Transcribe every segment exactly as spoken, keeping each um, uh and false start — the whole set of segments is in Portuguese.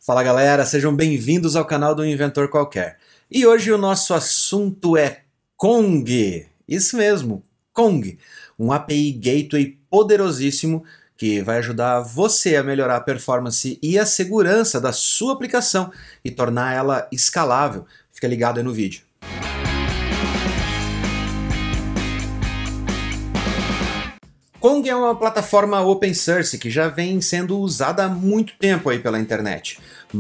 Fala galera, sejam bem-vindos ao canal do Inventor Qualquer. E hoje o nosso assunto é Kong. Isso mesmo, Kong. Um A P I Gateway poderosíssimo que vai ajudar você a melhorar a performance e a segurança da sua aplicação e tornar ela escalável. Fica ligado aí no vídeo. Kong é uma plataforma open source que já vem sendo usada há muito tempo aí pela internet,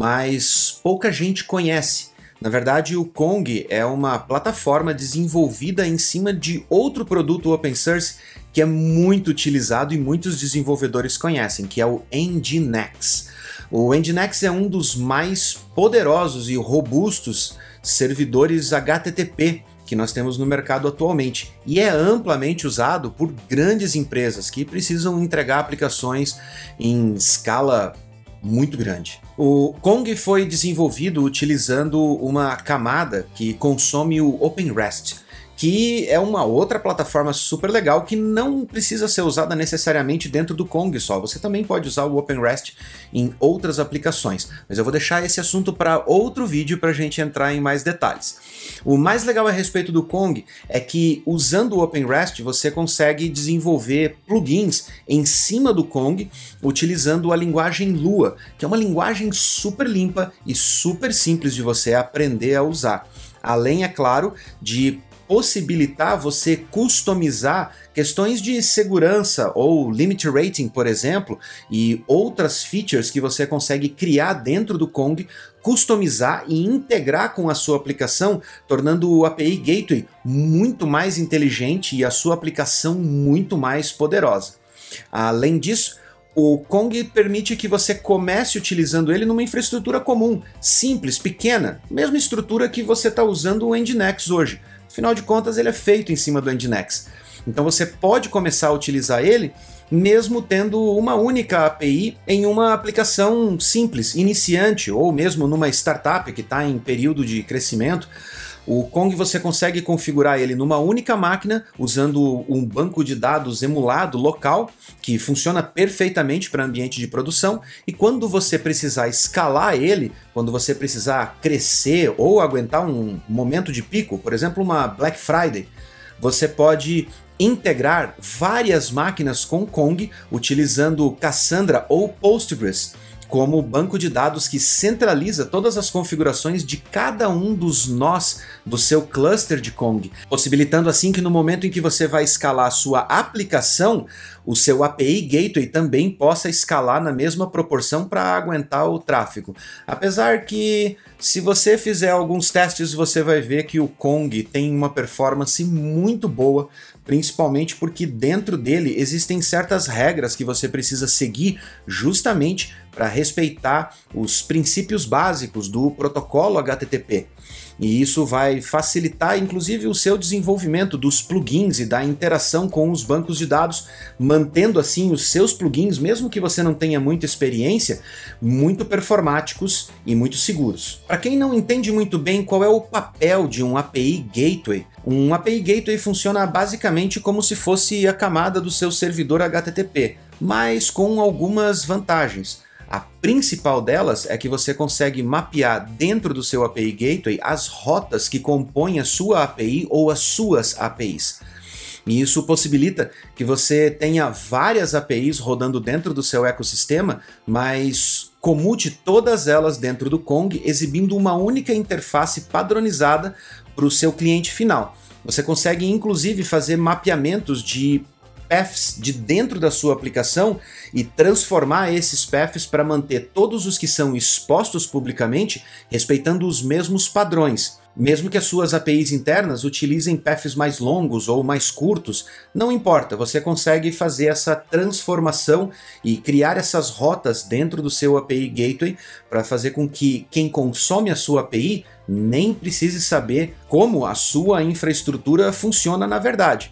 mas pouca gente conhece. Na verdade, o Kong é uma plataforma desenvolvida em cima de outro produto open source que é muito utilizado e muitos desenvolvedores conhecem, que é o Nginx. O Nginx é um dos mais poderosos e robustos servidores H T T P que nós temos no mercado atualmente, e é amplamente usado por grandes empresas que precisam entregar aplicações em escala muito grande. O Kong foi desenvolvido utilizando uma camada que consome o OpenRest, que é uma outra plataforma super legal que não precisa ser usada necessariamente dentro do Kong só, você também pode usar o OpenRest em outras aplicações, mas eu vou deixar esse assunto para outro vídeo para a gente entrar em mais detalhes. O mais legal a respeito do Kong é que usando o OpenRest você consegue desenvolver plugins em cima do Kong utilizando a linguagem Lua, que é uma linguagem super limpa e super simples de você aprender a usar. Além, é claro, de possibilitar você customizar questões de segurança ou limit rating, por exemplo, e outras features que você consegue criar dentro do Kong, customizar e integrar com a sua aplicação, tornando o A P I Gateway muito mais inteligente e a sua aplicação muito mais poderosa. Além disso, o Kong permite que você comece utilizando ele numa infraestrutura comum, simples, pequena, mesma estrutura que você está usando o Nginx hoje. Afinal de contas, ele é feito em cima do Nginx. Então você pode começar a utilizar ele mesmo tendo uma única A P I em uma aplicação simples, iniciante, ou mesmo numa startup que está em período de crescimento. O Kong você consegue configurar ele numa única máquina usando um banco de dados emulado local que funciona perfeitamente para ambiente de produção, e quando você precisar escalar ele, quando você precisar crescer ou aguentar um momento de pico, por exemplo uma Black Friday, você pode integrar várias máquinas com Kong utilizando Cassandra ou Postgres como banco de dados que centraliza todas as configurações de cada um dos nós do seu cluster de Kong, possibilitando assim que no momento em que você vai escalar a sua aplicação, o seu A P I Gateway também possa escalar na mesma proporção para aguentar o tráfego. Apesar que, se você fizer alguns testes, você vai ver que o Kong tem uma performance muito boa, principalmente porque dentro dele existem certas regras que você precisa seguir justamente para respeitar os princípios básicos do protocolo H T T P. E isso vai facilitar inclusive o seu desenvolvimento dos plugins e da interação com os bancos de dados, mantendo assim os seus plugins, mesmo que você não tenha muita experiência, muito performáticos e muito seguros. Para quem não entende muito bem qual é o papel de um A P I Gateway, um A P I Gateway funciona basicamente como se fosse a camada do seu servidor H T T P, mas com algumas vantagens. A principal delas é que você consegue mapear dentro do seu A P I Gateway as rotas que compõem a sua A P I ou as suas A P Is. E isso possibilita que você tenha várias A P Is rodando dentro do seu ecossistema, mas comute todas elas dentro do Kong, exibindo uma única interface padronizada para o seu cliente final. Você consegue inclusive fazer mapeamentos de paths de dentro da sua aplicação e transformar esses paths para manter todos os que são expostos publicamente respeitando os mesmos padrões. Mesmo que as suas A P Is internas utilizem paths mais longos ou mais curtos, não importa, você consegue fazer essa transformação e criar essas rotas dentro do seu A P I Gateway para fazer com que quem consome a sua A P I nem precise saber como a sua infraestrutura funciona na verdade.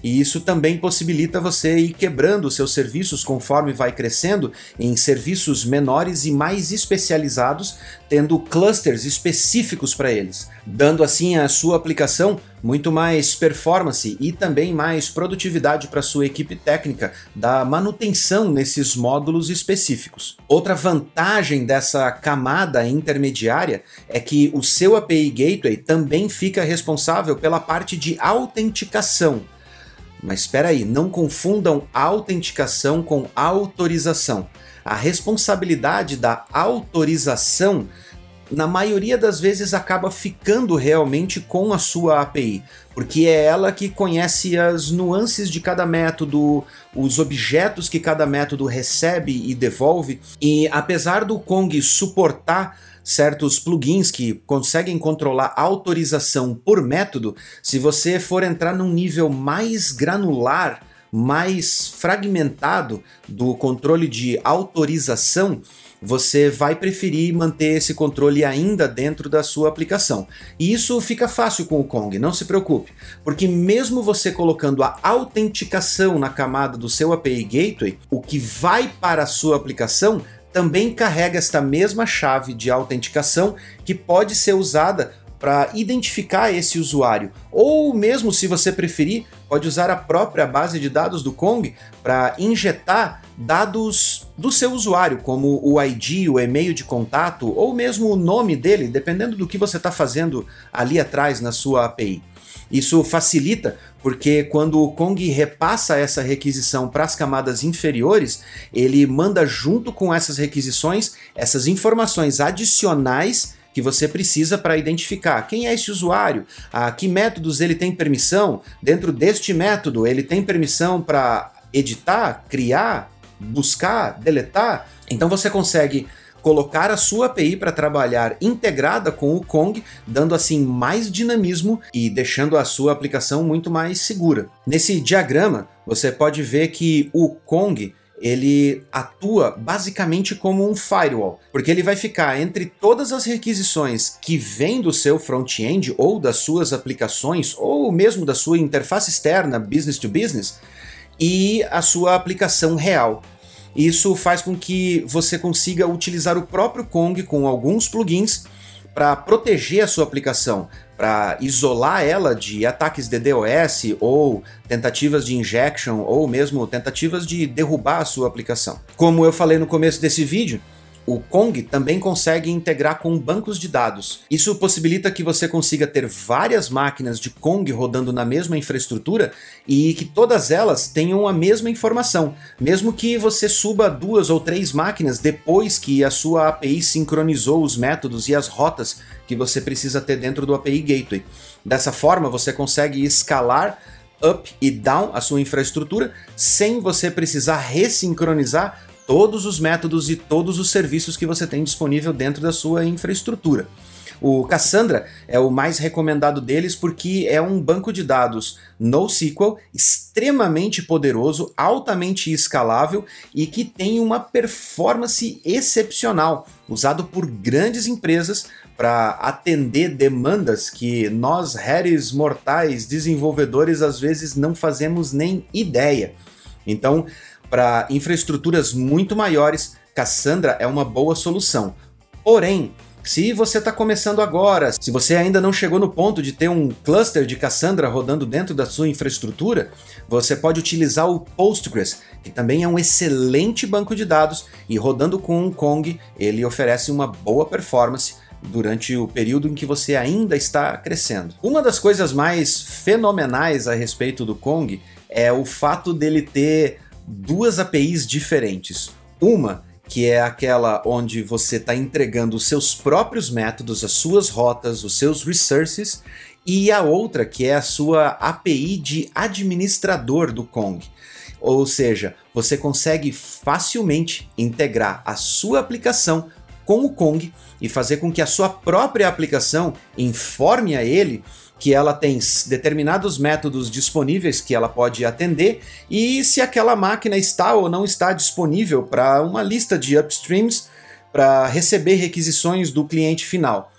e isso também possibilita você ir quebrando os seus serviços conforme vai crescendo em serviços menores e mais especializados, tendo clusters específicos para eles, dando assim à sua aplicação muito mais performance e também mais produtividade para sua equipe técnica da manutenção nesses módulos específicos. Outra vantagem dessa camada intermediária é que o seu A P I Gateway também fica responsável pela parte de autenticação. Mas espera aí, não confundam autenticação com autorização. A responsabilidade da autorização, na maioria das vezes, acaba ficando realmente com a sua A P I, porque é ela que conhece as nuances de cada método, os objetos que cada método recebe e devolve, e apesar do Kong suportar certos plugins que conseguem controlar a autorização por método, se você for entrar num nível mais granular, mais fragmentado do controle de autorização, você vai preferir manter esse controle ainda dentro da sua aplicação. E isso fica fácil com o Kong, não se preocupe, porque mesmo você colocando a autenticação na camada do seu A P I Gateway, o que vai para a sua aplicação também carrega esta mesma chave de autenticação que pode ser usada para identificar esse usuário, ou mesmo, se você preferir, pode usar a própria base de dados do Kong para injetar dados do seu usuário, como o I D, o e-mail de contato, ou mesmo o nome dele, dependendo do que você está fazendo ali atrás na sua A P I. Isso facilita porque quando o Kong repassa essa requisição para as camadas inferiores, ele manda junto com essas requisições essas informações adicionais que você precisa para identificar quem é esse usuário, a que métodos ele tem permissão, dentro deste método ele tem permissão para editar, criar, buscar, deletar. Então você consegue colocar a sua A P I para trabalhar integrada com o Kong, dando assim mais dinamismo e deixando a sua aplicação muito mais segura. Nesse diagrama você pode ver que o Kong ele atua basicamente como um firewall, porque ele vai ficar entre todas as requisições que vêm do seu front-end ou das suas aplicações ou mesmo da sua interface externa business to business e a sua aplicação real. Isso faz com que você consiga utilizar o próprio Kong com alguns plugins para proteger a sua aplicação, para isolar ela de ataques de DDoS ou tentativas de injection ou mesmo tentativas de derrubar a sua aplicação. Como eu falei no começo desse vídeo, o Kong também consegue integrar com bancos de dados. Isso possibilita que você consiga ter várias máquinas de Kong rodando na mesma infraestrutura e que todas elas tenham a mesma informação, mesmo que você suba duas ou três máquinas depois que a sua A P I sincronizou os métodos e as rotas que você precisa ter dentro do A P I Gateway. Dessa forma, você consegue escalar up e down a sua infraestrutura sem você precisar ressincronizar todos os métodos e todos os serviços que você tem disponível dentro da sua infraestrutura. O Cassandra é o mais recomendado deles porque é um banco de dados NoSQL extremamente poderoso, altamente escalável e que tem uma performance excepcional, usado por grandes empresas para atender demandas que nós, réis mortais desenvolvedores, às vezes não fazemos nem ideia. Então, para infraestruturas muito maiores, Cassandra é uma boa solução. Porém, se você está começando agora, se você ainda não chegou no ponto de ter um cluster de Cassandra rodando dentro da sua infraestrutura, você pode utilizar o Postgres, que também é um excelente banco de dados, e rodando com o Kong, ele oferece uma boa performance durante o período em que você ainda está crescendo. Uma das coisas mais fenomenais a respeito do Kong é o fato dele ter duas A P Is diferentes. Uma que é aquela onde você está entregando os seus próprios métodos, as suas rotas, os seus resources, e a outra que é a sua A P I de administrador do Kong. Ou seja, você consegue facilmente integrar a sua aplicação com o Kong e fazer com que a sua própria aplicação informe a ele que ela tem determinados métodos disponíveis que ela pode atender e se aquela máquina está ou não está disponível para uma lista de upstreams para receber requisições do cliente final.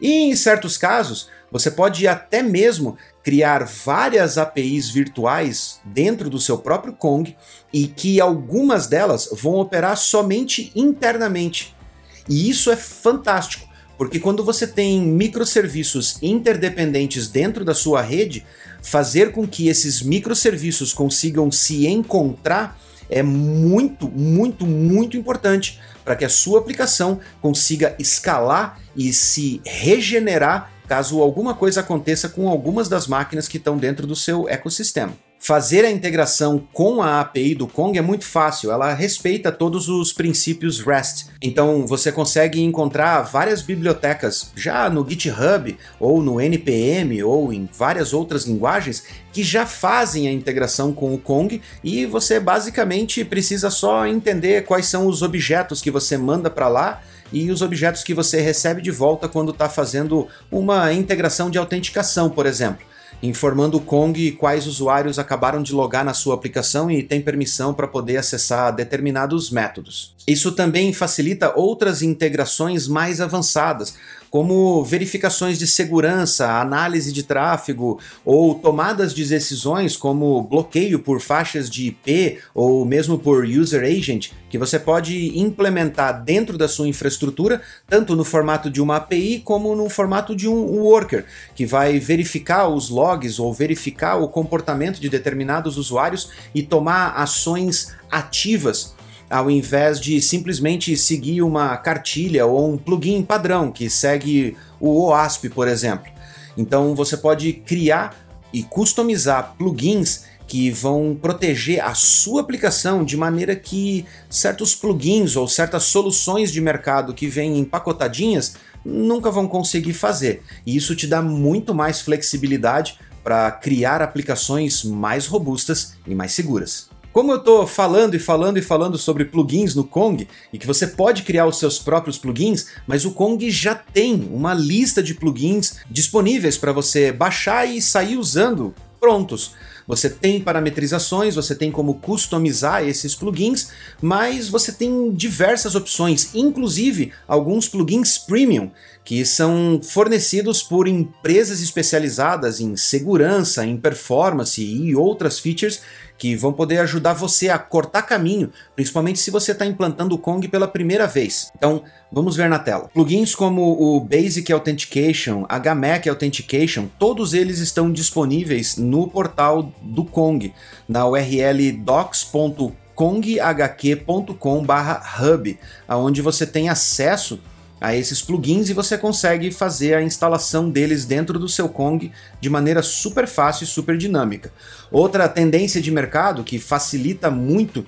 E em certos casos, você pode até mesmo criar várias A P Is virtuais dentro do seu próprio Kong e que algumas delas vão operar somente internamente. E isso é fantástico, porque quando você tem microserviços interdependentes dentro da sua rede, fazer com que esses microserviços consigam se encontrar é muito, muito, muito importante para que a sua aplicação consiga escalar e se regenerar caso alguma coisa aconteça com algumas das máquinas que estão dentro do seu ecossistema. Fazer a integração com a A P I do Kong é muito fácil, ela respeita todos os princípios REST. Então você consegue encontrar várias bibliotecas já no GitHub, ou no N P M, ou em várias outras linguagens que já fazem a integração com o Kong e você basicamente precisa só entender quais são os objetos que você manda para lá e os objetos que você recebe de volta quando está fazendo uma integração de autenticação, por exemplo, informando o Kong quais usuários acabaram de logar na sua aplicação e tem permissão para poder acessar determinados métodos. Isso também facilita outras integrações mais avançadas, como verificações de segurança, análise de tráfego ou tomadas de decisões como bloqueio por faixas de I P ou mesmo por User Agent, que você pode implementar dentro da sua infraestrutura, tanto no formato de uma A P I como no formato de um worker, que vai verificar os logs ou verificar o comportamento de determinados usuários e tomar ações ativas, ao invés de simplesmente seguir uma cartilha ou um plugin padrão que segue o OWASP, por exemplo. Então você pode criar e customizar plugins que vão proteger a sua aplicação de maneira que certos plugins ou certas soluções de mercado que vêm empacotadinhas nunca vão conseguir fazer. E isso te dá muito mais flexibilidade para criar aplicações mais robustas e mais seguras. Como eu estou falando e falando e falando sobre plugins no Kong, e que você pode criar os seus próprios plugins, mas o Kong já tem uma lista de plugins disponíveis para você baixar e sair usando prontos. Você tem parametrizações, você tem como customizar esses plugins, mas você tem diversas opções, inclusive alguns plugins premium, que são fornecidos por empresas especializadas em segurança, em performance e outras features que vão poder ajudar você a cortar caminho, principalmente se você está implantando o Kong pela primeira vez. Então, vamos ver na tela. Plugins como o Basic Authentication, H M A C Authentication, todos eles estão disponíveis no portal do Kong, na U R L docs ponto kong h q ponto com barra hub, onde você tem acesso a esses plugins e você consegue fazer a instalação deles dentro do seu Kong de maneira super fácil e super dinâmica. Outra tendência de mercado que facilita muito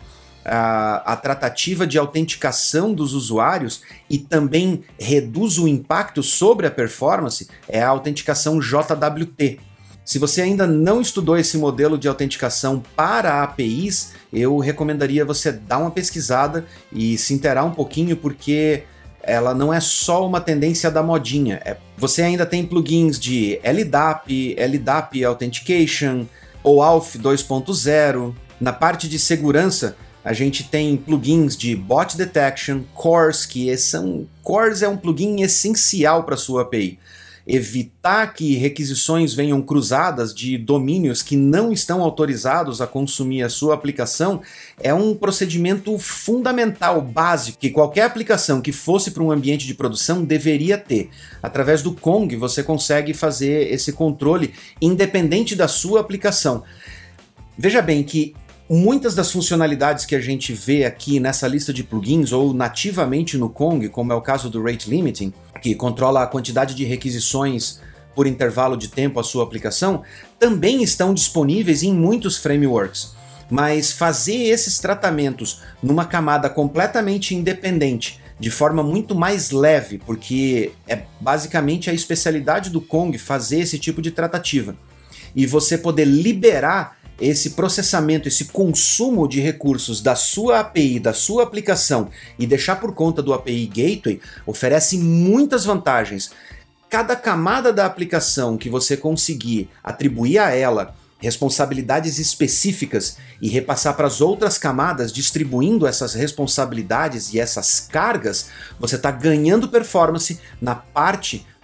a, a tratativa de autenticação dos usuários e também reduz o impacto sobre a performance é a autenticação J W T. Se você ainda não estudou esse modelo de autenticação para A P Is, eu recomendaria você dar uma pesquisada e se inteirar um pouquinho, porque ela não é só uma tendência da modinha. É, você ainda tem plugins de L D A P, L D A P Authentication, OAuth dois ponto zero. Na parte de segurança, a gente tem plugins de Bot Detection, Cors, que são... Cors é um plugin essencial para a sua A P I. Evitar que requisições venham cruzadas de domínios que não estão autorizados a consumir a sua aplicação é um procedimento fundamental, básico, que qualquer aplicação que fosse para um ambiente de produção deveria ter. Através do Kong você consegue fazer esse controle independente da sua aplicação. Veja bem que muitas das funcionalidades que a gente vê aqui nessa lista de plugins ou nativamente no Kong, como é o caso do Rate Limiting, que controla a quantidade de requisições por intervalo de tempo à sua aplicação, também estão disponíveis em muitos frameworks. Mas fazer esses tratamentos numa camada completamente independente, de forma muito mais leve, porque é basicamente a especialidade do Kong fazer esse tipo de tratativa, e você poder liberar esse processamento, esse consumo de recursos da sua A P I, da sua aplicação e deixar por conta do A P I Gateway, oferece muitas vantagens. Cada camada da aplicação que você conseguir atribuir a ela responsabilidades específicas e repassar para as outras camadas, distribuindo essas responsabilidades e essas cargas, você está ganhando performance na parte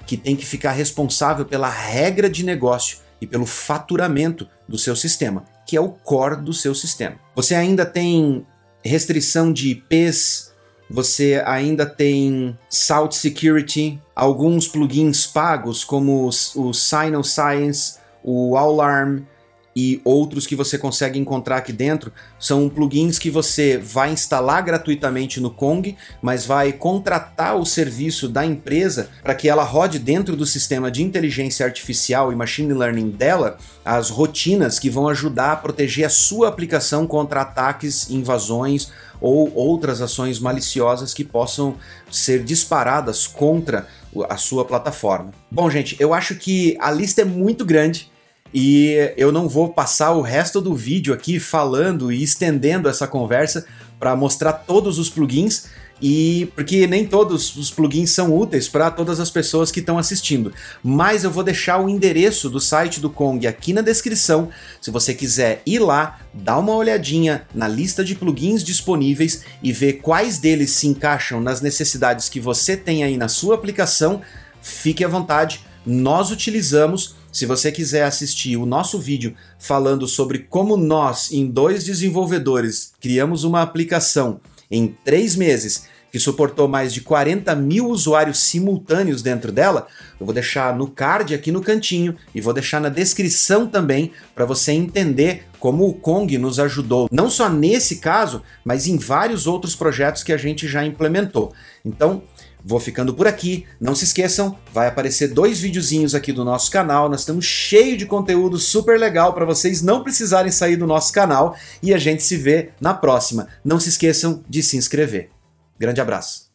que tem que ficar responsável pela regra de negócio e pelo faturamento do seu sistema, que é o core do seu sistema. Você ainda tem restrição de I Ps, você ainda tem Salt Security, alguns plugins pagos como o Sinoscience, o Alarm e outros que você consegue encontrar aqui dentro. São plugins que você vai instalar gratuitamente no Kong, mas vai contratar o serviço da empresa para que ela rode dentro do sistema de inteligência artificial e machine learning dela as rotinas que vão ajudar a proteger a sua aplicação contra ataques, invasões ou outras ações maliciosas que possam ser disparadas contra a sua plataforma. Bom, gente, eu acho que a lista é muito grande e eu não vou passar o resto do vídeo aqui falando e estendendo essa conversa para mostrar todos os plugins, e porque nem todos os plugins são úteis para todas as pessoas que estão assistindo. Mas eu vou deixar o endereço do site do Kong aqui na descrição, se você quiser ir lá, dar uma olhadinha na lista de plugins disponíveis e ver quais deles se encaixam nas necessidades que você tem aí na sua aplicação. Fique à vontade, nós utilizamos. Se você quiser assistir o nosso vídeo falando sobre como nós, em dois desenvolvedores, criamos uma aplicação em três meses que suportou mais de quarenta mil usuários simultâneos dentro dela, eu vou deixar no card aqui no cantinho e vou deixar na descrição também para você entender como o Kong nos ajudou, não só nesse caso, mas em vários outros projetos que a gente já implementou. Então, vou ficando por aqui, não se esqueçam, vai aparecer dois videozinhos aqui do nosso canal, nós estamos cheios de conteúdo super legal para vocês não precisarem sair do nosso canal, e a gente se vê na próxima. Não se esqueçam de se inscrever. Grande abraço!